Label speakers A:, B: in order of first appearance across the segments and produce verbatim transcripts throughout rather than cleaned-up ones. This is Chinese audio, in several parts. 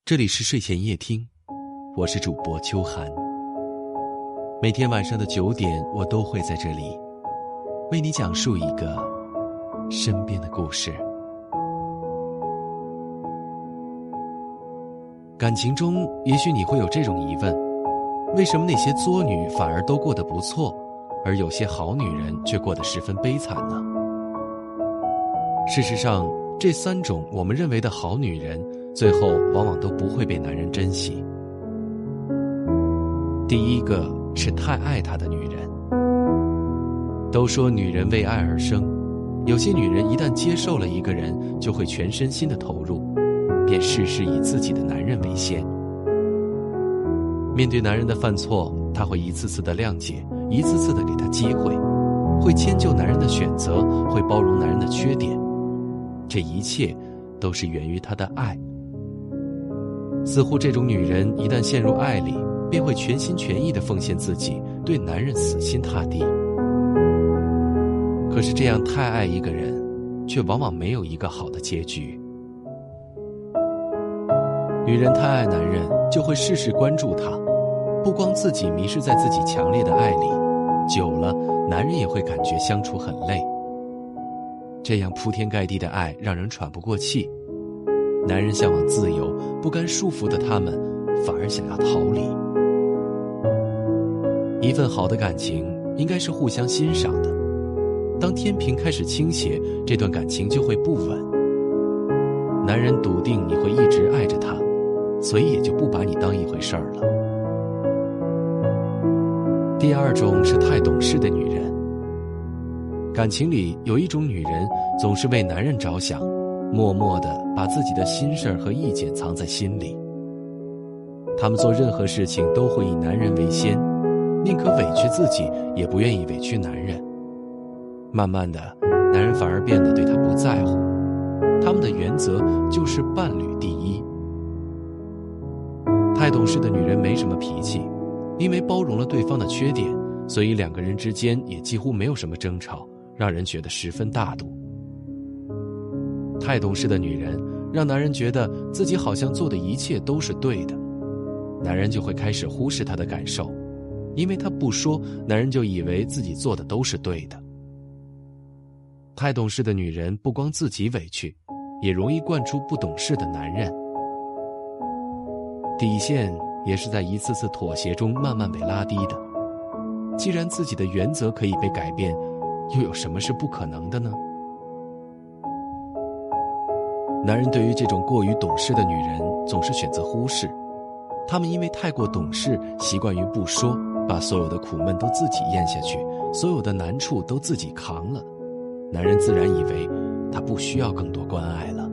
A: 这里是睡前夜听，我是主播秋寒。每天晚上的九点，我都会在这里为你讲述一个身边的故事。感情中，也许你会有这种疑问：为什么那些作女反而都过得不错，而有些好女人却过得十分悲惨呢？事实上，这三种我们认为的好女人，最后往往都不会被男人珍惜。第一个是太爱他的女人。都说女人为爱而生，有些女人一旦接受了一个人，就会全身心的投入，便事事以自己的男人为先。面对男人的犯错，她会一次次的谅解，一次次的给他机会，会迁就男人的选择，会包容男人的缺点。这一切都是源于她的爱。似乎这种女人一旦陷入爱里，便会全心全意地奉献自己，对男人死心塌地。可是这样太爱一个人，却往往没有一个好的结局。女人太爱男人，就会事事关注他，不光自己迷失在自己强烈的爱里，久了，男人也会感觉相处很累。这样铺天盖地的爱让人喘不过气，男人向往自由，不甘束缚的他们反而想要逃离。一份好的感情应该是互相欣赏的，当天平开始倾斜，这段感情就会不稳。男人笃定你会一直爱着他，所以也就不把你当一回事儿了。第二种是太懂事的女人。感情里有一种女人总是为男人着想，默默地把自己的心事儿和意见藏在心里。他们做任何事情都会以男人为先，宁可委屈自己，也不愿意委屈男人。慢慢的，男人反而变得对她不在乎，他们的原则就是伴侣第一。太懂事的女人没什么脾气，因为包容了对方的缺点，所以两个人之间也几乎没有什么争吵，让人觉得十分大度。太懂事的女人让男人觉得自己好像做的一切都是对的，男人就会开始忽视她的感受，因为她不说，男人就以为自己做的都是对的。太懂事的女人不光自己委屈，也容易惯出不懂事的男人。底线也是在一次次妥协中慢慢被拉低的。既然自己的原则可以被改变，又有什么是不可能的呢？男人对于这种过于懂事的女人总是选择忽视，他们因为太过懂事，习惯于不说，把所有的苦闷都自己咽下去，所有的难处都自己扛了，男人自然以为他不需要更多关爱了。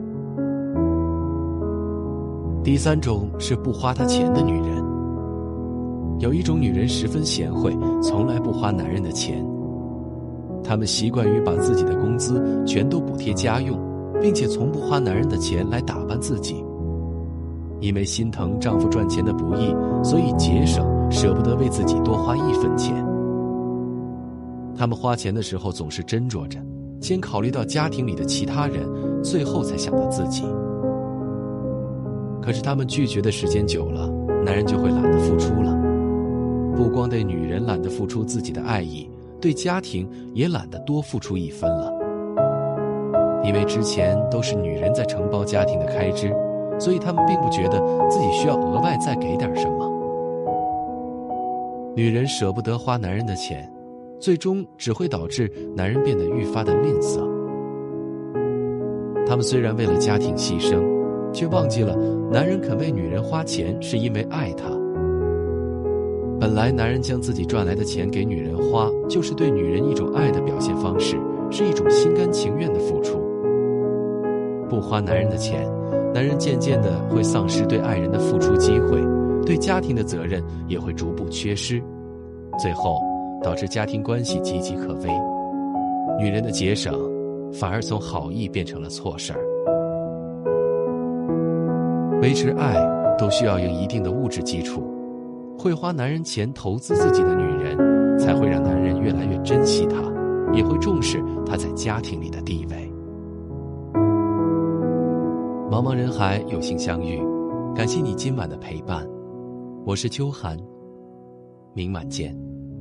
A: 第三种是不花他钱的女人。有一种女人十分贤惠，从来不花男人的钱，她们习惯于把自己的工资全都补贴家用，并且从不花男人的钱来打扮自己。因为心疼丈夫赚钱的不易，所以节省，舍不得为自己多花一分钱。他们花钱的时候总是斟酌着，先考虑到家庭里的其他人，最后才想到自己。可是他们拒绝的时间久了，男人就会懒得付出了。不光对女人懒得付出自己的爱意，对家庭也懒得多付出一分了。因为之前都是女人在承包家庭的开支，所以他们并不觉得自己需要额外再给点什么。女人舍不得花男人的钱，最终只会导致男人变得愈发的吝啬。他们虽然为了家庭牺牲，却忘记了男人肯为女人花钱是因为爱她。本来男人将自己赚来的钱给女人花，就是对女人一种爱的表现方式，是一种心甘情愿的付出。不花男人的钱，男人渐渐的会丧失对爱人的付出机会，对家庭的责任也会逐步缺失，最后导致家庭关系岌岌可危。女人的节省反而从好意变成了错事儿。维持爱都需要有一定的物质基础，会花男人钱投资自己的女人，才会让男人越来越珍惜她，也会重视她在家庭里的地位。茫茫人海有幸相遇， 感谢你今晚的陪伴，我是秋寒，明晚见。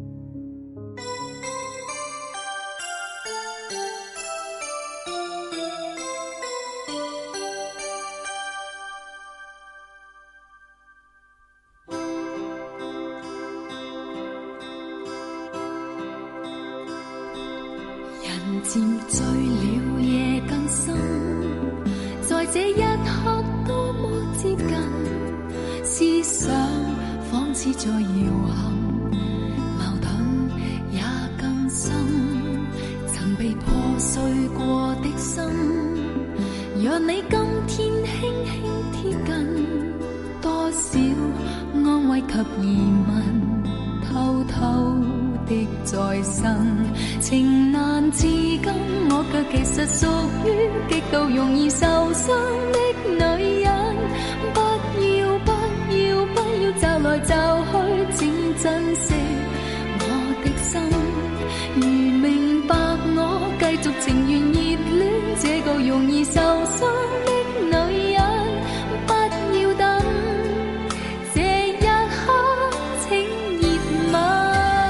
B: 人漸醉了夜更深，在這一刻多麼接近，思想仿似在搖撼，矛盾也更深。曾被破碎過的心，讓你今天輕輕貼近，多少安慰及疑問，偷偷的再生，情難自禁，我卻其實屬於極度容易受傷的女人。不要不要不要找來找去，請珍惜我的心。如明白我，繼續情願熱戀這個容易受傷的女人。不要等這一刻，請熱吻。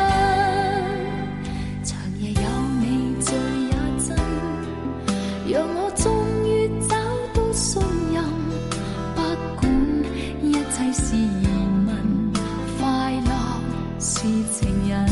B: 讓我終於找到信任，不管一切是疑問，快樂是情人。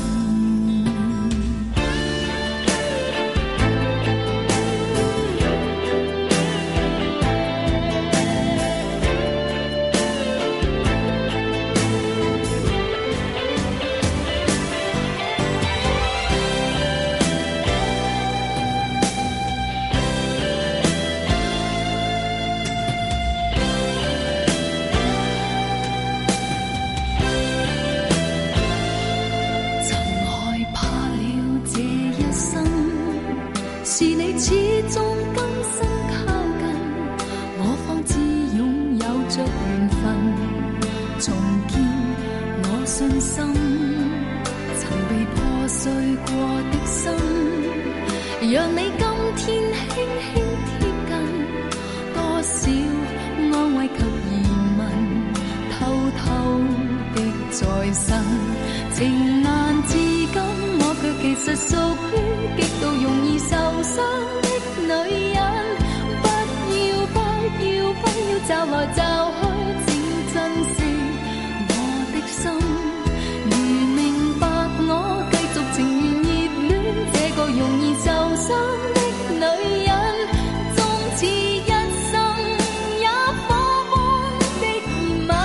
B: 是你始終甘心靠近，我方知擁有着緣分，重建我信心。曾被破碎過的心，讓你今天輕輕貼近，多少安慰及疑問，偷偷的再生。情難自禁，我卻其實屬於極度容易受傷的女人。不要不要不要找來找去，請珍惜我的心。如明白我，繼續情願熱戀這個容易受傷的女人。終此一生也火般的熱吻，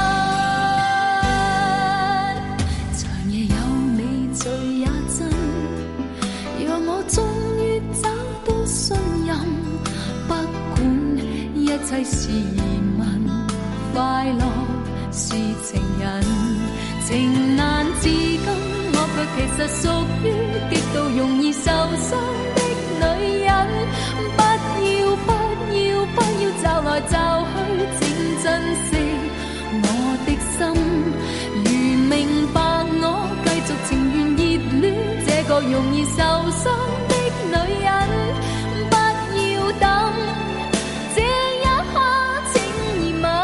B: 長夜有你醉也真，讓我終於找到信任。不管一切是疑問，快樂是情人。情難自禁，我卻其實屬於極度容易受傷的女人。不要不要不要找來找去，請珍惜我的心。如明白我，繼續情願熱戀這個容易受傷的女人。不要等這一刻，請熱吻。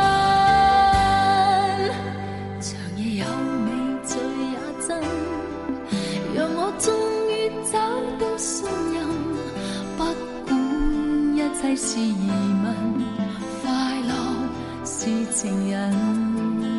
B: 長夜有你醉也真，讓我終於找到信任。不管一切是疑問，快樂是情人。